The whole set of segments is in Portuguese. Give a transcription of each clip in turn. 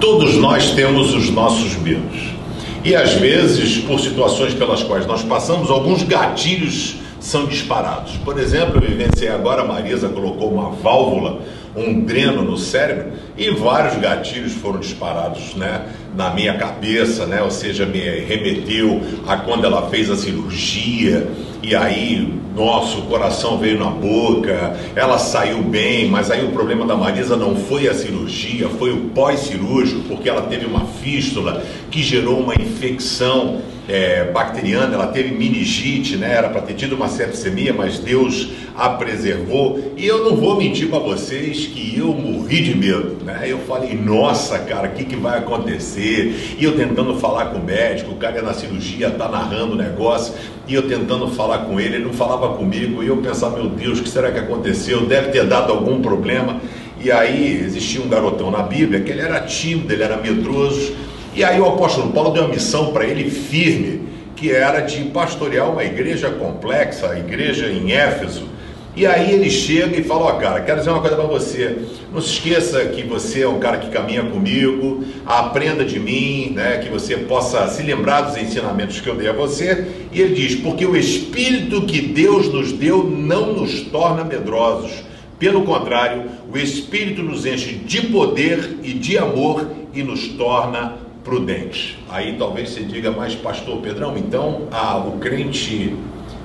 Todos nós temos os nossos medos. E às vezes, por situações pelas quais nós passamos, alguns gatilhos são disparados. Por exemplo, eu vivenciei agora, a Marisa colocou uma válvula, um dreno no cérebro, e vários gatilhos foram disparados, né, na minha cabeça, né, ou seja, me remeteu a quando ela fez a cirurgia, e aí, nossa, o coração veio na boca, ela saiu bem, mas aí o problema da Marisa não foi a cirurgia, foi o pós-cirúrgico, porque ela teve uma fístula que gerou uma infecção bacteriana, ela teve meningite, né? Era para ter tido uma sepsemia, mas Deus a preservou. E eu não vou mentir para vocês que eu morri de medo, né? Eu falei, nossa, cara, o que vai acontecer? E eu tentando falar com o médico, o cara na cirurgia tá narrando o negócio, e eu tentando falar com ele, ele não falava comigo, e eu pensava, meu Deus, o que será que aconteceu? Deve ter dado algum problema. E aí existia um garotão na Bíblia que ele era tímido, ele era medroso. E aí o apóstolo Paulo deu uma missão para ele firme, que era de pastorear uma igreja complexa, a igreja em Éfeso. E aí ele chega e fala, ó, cara, quero dizer uma coisa para você, não se esqueça que você é um cara que caminha comigo, aprenda de mim, né, que você possa se lembrar dos ensinamentos que eu dei a você. E ele diz, porque o Espírito que Deus nos deu não nos torna medrosos, pelo contrário, o Espírito nos enche de poder e de amor e nos torna prudentes. Aí talvez você diga, mas pastor Pedrão, então o crente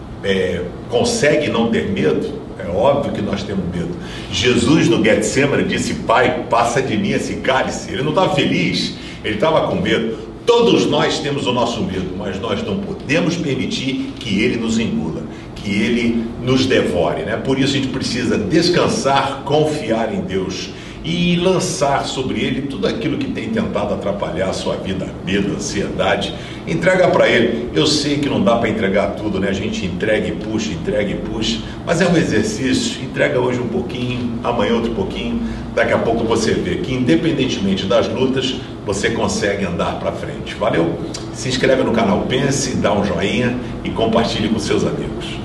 consegue não ter medo? É óbvio que nós temos medo. Jesus no Getsemane disse, Pai, passa de mim esse cálice. Ele não estava feliz, ele estava com medo. Todos nós temos o nosso medo, mas nós não podemos permitir que ele nos engula, que ele nos devore, né? Por isso a gente precisa descansar, confiar em Deus e lançar sobre ele tudo aquilo que tem tentado atrapalhar a sua vida, medo, ansiedade. Entrega para ele. Eu sei que não dá para entregar tudo, né? A gente entrega e puxa, mas é um exercício. Entrega hoje um pouquinho, amanhã outro pouquinho, daqui a pouco você vê que independentemente das lutas, você consegue andar para frente. Valeu? Se inscreve no canal Pense, dá um joinha e compartilhe com seus amigos.